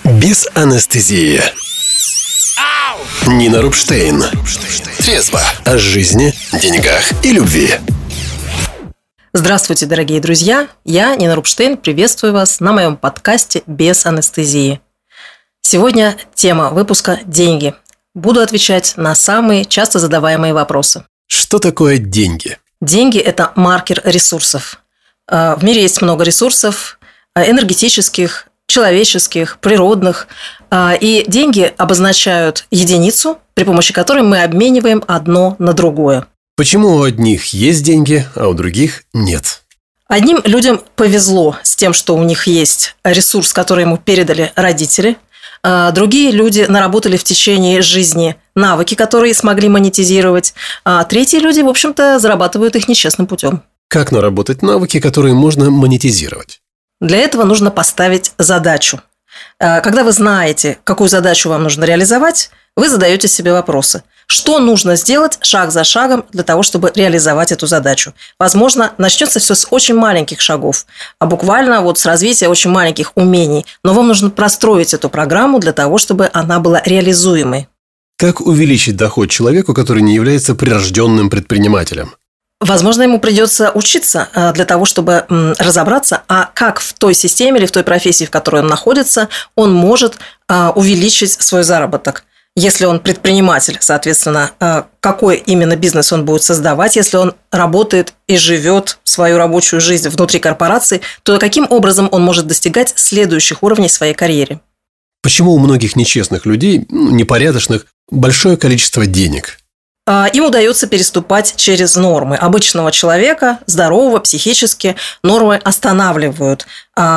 Без анестезии. Нина Рубштейн. Трезво о жизни, деньгах и любви. Здравствуйте, дорогие друзья! Я, Нина Рубштейн, приветствую вас на моем подкасте «Без анестезии». Сегодня тема выпуска «Деньги». Буду отвечать на самые часто задаваемые вопросы. Что такое деньги? Деньги – это маркер ресурсов. В мире есть много ресурсов энергетических, человеческих, природных. И деньги обозначают единицу, при помощи которой мы обмениваем одно на другое. Почему у одних есть деньги, а у других нет? Одним людям повезло с тем, что у них есть ресурс, который ему передали родители. Другие люди наработали в течение жизни навыки, которые смогли монетизировать. А третьи люди, в общем-то, зарабатывают их нечестным путем. Как наработать навыки, которые можно монетизировать? Для этого нужно поставить задачу. Когда вы знаете, какую задачу вам нужно реализовать, вы задаете себе вопросы. Что нужно сделать шаг за шагом для того, чтобы реализовать эту задачу? Возможно, начнется все с очень маленьких шагов, а буквально с развития очень маленьких умений. Но вам нужно простроить эту программу для того, чтобы она была реализуемой. Как увеличить доход человеку, который не является прирожденным предпринимателем? Возможно, ему придется учиться для того, чтобы разобраться, как в той системе или в той профессии, в которой он находится, он может увеличить свой заработок. Если он предприниматель, соответственно, какой именно бизнес он будет создавать, если он работает и живет свою рабочую жизнь внутри корпорации, то каким образом он может достигать следующих уровней в своей карьере? Почему у многих нечестных людей, непорядочных, большое количество денег? Им удается переступать через нормы. Обычного человека, здорового, психически, нормы останавливают.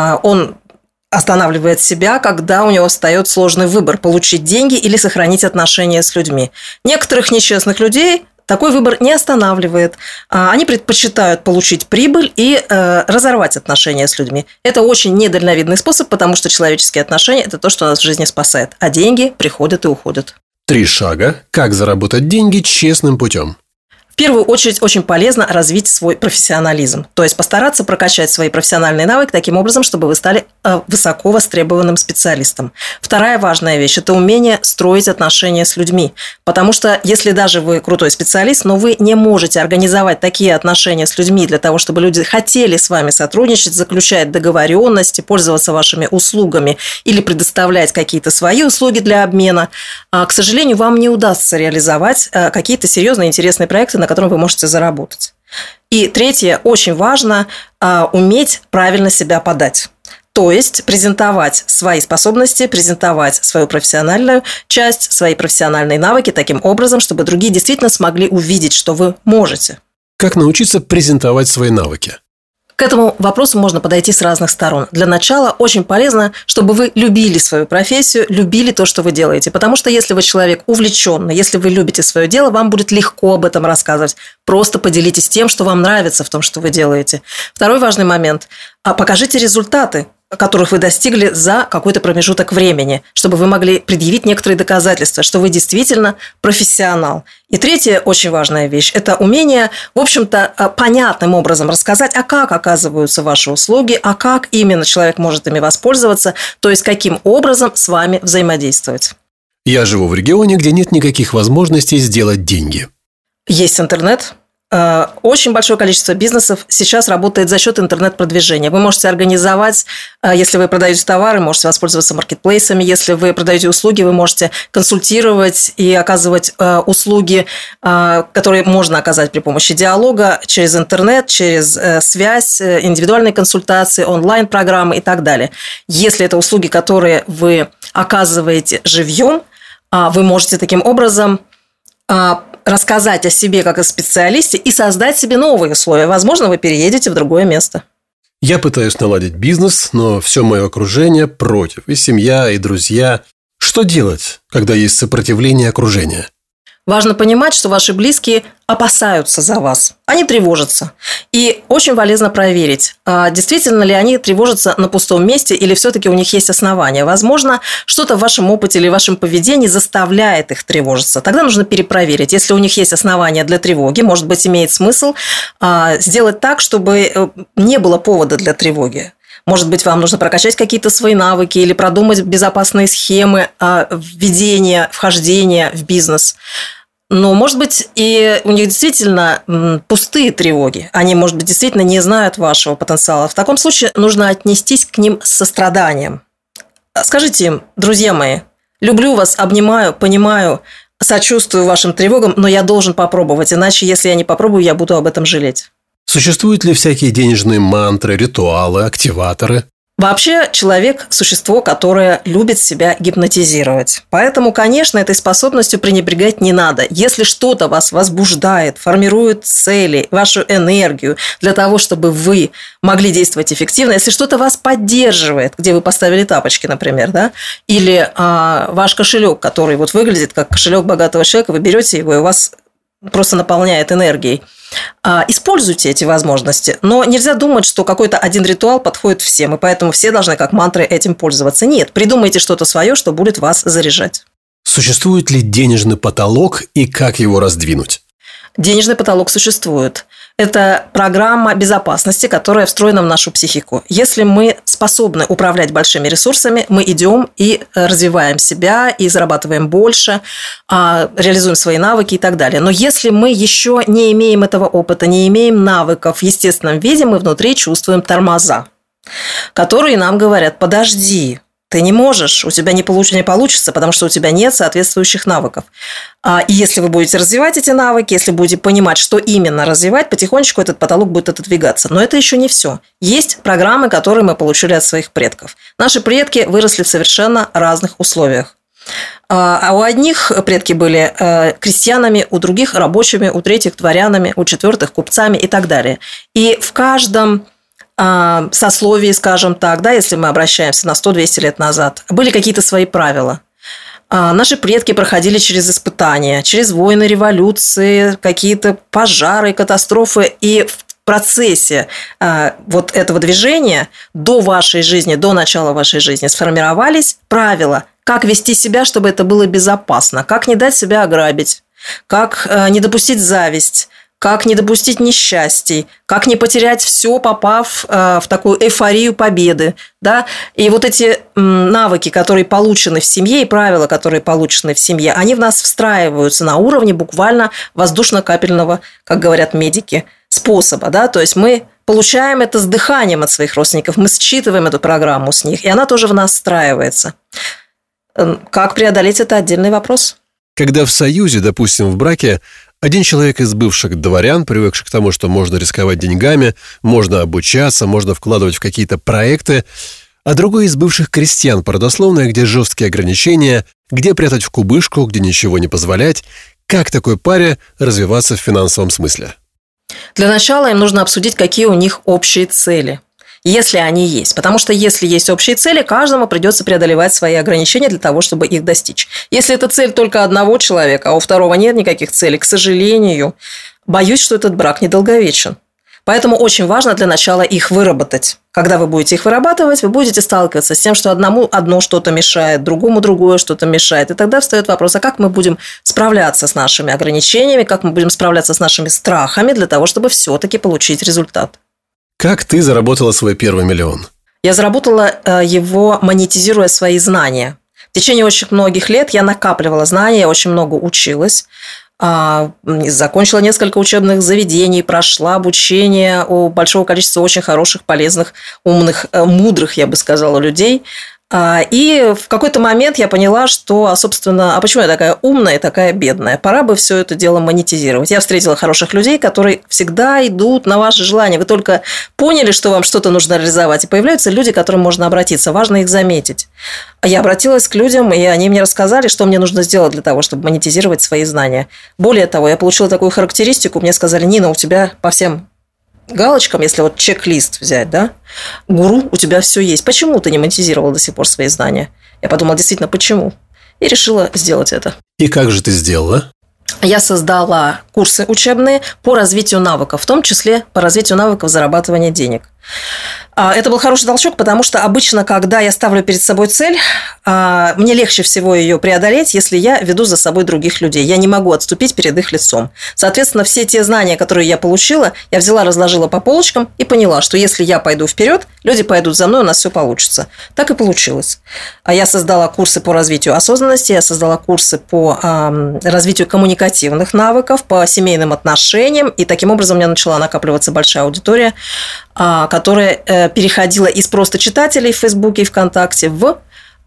Он останавливает себя, когда у него встает сложный выбор – получить деньги или сохранить отношения с людьми. Некоторых нечестных людей такой выбор не останавливает. Они предпочитают получить прибыль и разорвать отношения с людьми. Это очень недальновидный способ, потому что человеческие отношения – это то, что нас в жизни спасает. А деньги приходят и уходят. 3 шага, как заработать деньги честным путем. В первую очередь, очень полезно развить свой профессионализм. То есть, постараться прокачать свои профессиональные навыки таким образом, чтобы вы стали высоко востребованным специалистом. Вторая важная вещь – это умение строить отношения с людьми. Потому что, если даже вы крутой специалист, но вы не можете организовать такие отношения с людьми для того, чтобы люди хотели с вами сотрудничать, заключать договоренности, пользоваться вашими услугами или предоставлять какие-то свои услуги для обмена, к сожалению, вам не удастся реализовать какие-то серьезные интересные проекты, на котором вы можете заработать. И третье, очень важно уметь правильно себя подать. То есть презентовать свои способности, презентовать свою профессиональную часть, свои профессиональные навыки таким образом, чтобы другие действительно смогли увидеть, что вы можете. Как научиться презентовать свои навыки? К этому вопросу можно подойти с разных сторон. Для начала очень полезно, чтобы вы любили свою профессию, любили то, что вы делаете. Потому что если вы человек увлеченный, если вы любите свое дело, вам будет легко об этом рассказывать. Просто поделитесь тем, что вам нравится в том, что вы делаете. Второй важный момент. Покажите результаты, которых вы достигли за какой-то промежуток времени, чтобы вы могли предъявить некоторые доказательства, что вы действительно профессионал. И третья очень важная вещь – это умение, в общем-то, понятным образом рассказать, как оказываются ваши услуги, как именно человек может ими воспользоваться, то есть каким образом с вами взаимодействовать. Я живу в регионе, где нет никаких возможностей сделать деньги. Есть интернет. Очень большое количество бизнесов сейчас работает за счет интернет-продвижения. Вы можете организовать, если вы продаете товары, можете воспользоваться маркетплейсами. Если вы продаете услуги, вы можете консультировать и оказывать услуги, которые можно оказать при помощи диалога через интернет, через связь, индивидуальные консультации, онлайн-программы и так далее. Если это услуги, которые вы оказываете живьем, вы можете таким образом рассказать о себе как о специалисте и создать себе новые условия. Возможно, вы переедете в другое место. Я пытаюсь наладить бизнес, но все мое окружение против. И семья, и друзья. Что делать, когда есть сопротивление окружения? Важно понимать, что ваши близкие опасаются за вас, они тревожатся. И очень полезно проверить, действительно ли они тревожатся на пустом месте или все-таки у них есть основания. Возможно, что-то в вашем опыте или в вашем поведении заставляет их тревожиться. Тогда нужно перепроверить. Если у них есть основания для тревоги, может быть, имеет смысл сделать так, чтобы не было повода для тревоги. Может быть, вам нужно прокачать какие-то свои навыки или продумать безопасные схемы введения, вхождения в бизнес. Но, может быть, и у них действительно пустые тревоги. Они, может быть, действительно не знают вашего потенциала. В таком случае нужно отнестись к ним с состраданием. Скажите им: друзья мои, люблю вас, обнимаю, понимаю, сочувствую вашим тревогам, но я должен попробовать, иначе, если я не попробую, я буду об этом жалеть. Существуют ли всякие денежные мантры, ритуалы, активаторы? Вообще, человек – существо, которое любит себя гипнотизировать. Поэтому, конечно, этой способностью пренебрегать не надо. Если что-то вас возбуждает, формирует цели, вашу энергию для того, чтобы вы могли действовать эффективно, если что-то вас поддерживает, где вы поставили тапочки, например, да, или ваш кошелек, который вот выглядит как кошелек богатого человека, вы берете его, и у вас просто наполняет энергией. Используйте эти возможности, но нельзя думать, что какой-то один ритуал подходит всем, и поэтому все должны как мантры этим пользоваться. Нет, придумайте что-то свое, что будет вас заряжать. Существует ли денежный потолок и как его раздвинуть? Денежный потолок существует. Это программа безопасности, которая встроена в нашу психику. Если мы способны управлять большими ресурсами, мы идем и развиваем себя, и зарабатываем больше, реализуем свои навыки и так далее. Но если мы еще не имеем этого опыта, не имеем навыков в естественном виде, мы внутри чувствуем тормоза, которые нам говорят: подожди, ты не можешь, у тебя не получится, потому что у тебя нет соответствующих навыков. И если вы будете развивать эти навыки, если будете понимать, что именно развивать, потихонечку этот потолок будет отодвигаться. Но это еще не все. Есть программы, которые мы получили от своих предков. Наши предки выросли в совершенно разных условиях. А у одних предки были крестьянами, у других рабочими, у третьих дворянами, у четвертых купцами и так далее. И в каждом сословии, скажем так, да, если мы обращаемся на 100-200 лет назад, были какие-то свои правила. Наши предки проходили через испытания, через войны, революции, какие-то пожары, катастрофы. И в процессе вот этого движения до вашей жизни, до начала вашей жизни сформировались правила, как вести себя, чтобы это было безопасно, как не дать себя ограбить, как не допустить зависть, как не допустить несчастий, как не потерять все, попав в такую эйфорию победы. Да? И вот эти навыки, которые получены в семье, и правила, которые получены в семье, они в нас встраиваются на уровне буквально воздушно-капельного, как говорят медики, способа. Да? То есть мы получаем это с дыханием от своих родственников, мы считываем эту программу с них, и она тоже в нас встраивается. Как преодолеть это – отдельный вопрос. Когда в союзе, допустим, в браке, один человек из бывших дворян, привыкший к тому, что можно рисковать деньгами, можно обучаться, можно вкладывать в какие-то проекты, а другой из бывших крестьян, родословная, где жесткие ограничения, где прятать в кубышку, где ничего не позволять, как такой паре развиваться в финансовом смысле? Для начала им нужно обсудить, какие у них общие цели, если они есть. Потому что если есть общие цели, каждому придется преодолевать свои ограничения для того, чтобы их достичь. Если это цель только одного человека, а у второго нет никаких целей, к сожалению, боюсь, что этот брак недолговечен. Поэтому очень важно для начала их выработать. Когда вы будете их вырабатывать, вы будете сталкиваться с тем, что одному одно что-то мешает, другому другое что-то мешает. И тогда встает вопрос, а как мы будем справляться с нашими ограничениями, как мы будем справляться с нашими страхами для того, чтобы все-таки получить результат. Как ты заработала свой первый миллион? Я заработала его, монетизируя свои знания. В течение очень многих лет я накапливала знания, я очень много училась. Закончила несколько учебных заведений, прошла обучение у большого количества очень хороших, полезных, умных, мудрых, я бы сказала, людей. И в какой-то момент я поняла, что, собственно, почему я такая умная и такая бедная? Пора бы все это дело монетизировать. Я встретила хороших людей, которые всегда идут на ваши желания. Вы только поняли, что вам что-то нужно реализовать, и появляются люди, к которым можно обратиться. Важно их заметить. Я обратилась к людям, и они мне рассказали, что мне нужно сделать для того, чтобы монетизировать свои знания. Более того, я получила такую характеристику. Мне сказали: Нина, у тебя по всем галочкам, если вот чек-лист взять, да, гуру, у тебя все есть. Почему ты не монетизировала до сих пор свои знания? Я подумала, действительно, почему? И решила сделать это. И как же ты сделала? Я создала курсы учебные по развитию навыков, в том числе по развитию навыков зарабатывания денег. Это был хороший толчок, потому что обычно, когда я ставлю перед собой цель, мне легче всего ее преодолеть, если я веду за собой других людей. Я не могу отступить перед их лицом. Соответственно, все те знания, которые я получила, я взяла, разложила по полочкам и поняла, что если я пойду вперед, люди пойдут за мной, у нас все получится. Так и получилось. Я создала курсы по развитию осознанности, я создала курсы по развитию коммуникативных навыков, по семейным отношениям, и таким образом у меня начала накапливаться большая аудитория, которая переходила из просто читателей в Фейсбуке и ВКонтакте в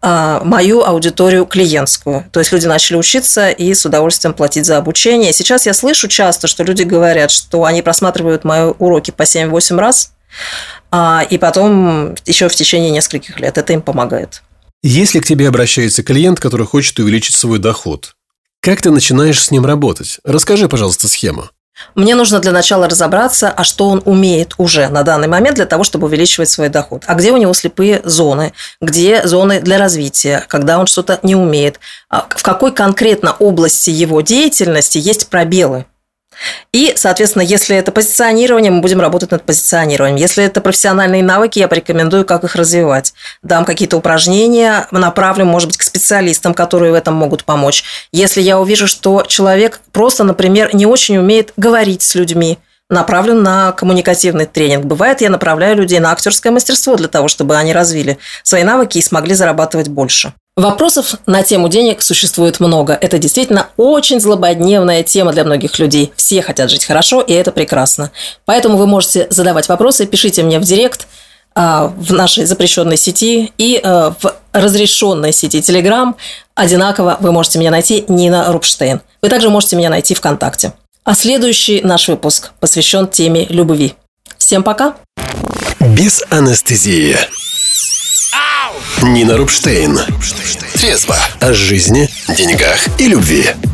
мою аудиторию клиентскую. То есть люди начали учиться и с удовольствием платить за обучение. Сейчас я слышу часто, что люди говорят, что они просматривают мои уроки по 7-8 раз, и потом еще в течение нескольких лет. Это им помогает. Если к тебе обращается клиент, который хочет увеличить свой доход, как ты начинаешь с ним работать? Расскажи, пожалуйста, схему. Мне нужно для начала разобраться, а что он умеет уже на данный момент для того, чтобы увеличивать свой доход. А где у него слепые зоны, где зоны для развития, когда он что-то не умеет, в какой конкретно области его деятельности есть пробелы. И, соответственно, если это позиционирование, мы будем работать над позиционированием. Если это профессиональные навыки, я порекомендую, как их развивать. Дам какие-то упражнения, направлю, может быть, к специалистам, которые в этом могут помочь. Если я увижу, что человек просто, например, не очень умеет говорить с людьми, направлю на коммуникативный тренинг. Бывает, я направляю людей на актерское мастерство для того, чтобы они развили свои навыки и смогли зарабатывать больше. Вопросов на тему денег существует много. Это действительно очень злободневная тема для многих людей. Все хотят жить хорошо, и это прекрасно. Поэтому вы можете задавать вопросы, пишите мне в директ, в нашей запрещенной сети и в разрешенной сети Telegram. Одинаково вы можете меня найти Нина Рубштейн. Вы также можете меня найти ВКонтакте. А следующий наш выпуск посвящен теме любви. Всем пока! Без анестезии. Нина Рубштейн. Трезво о жизни, деньгах и любви.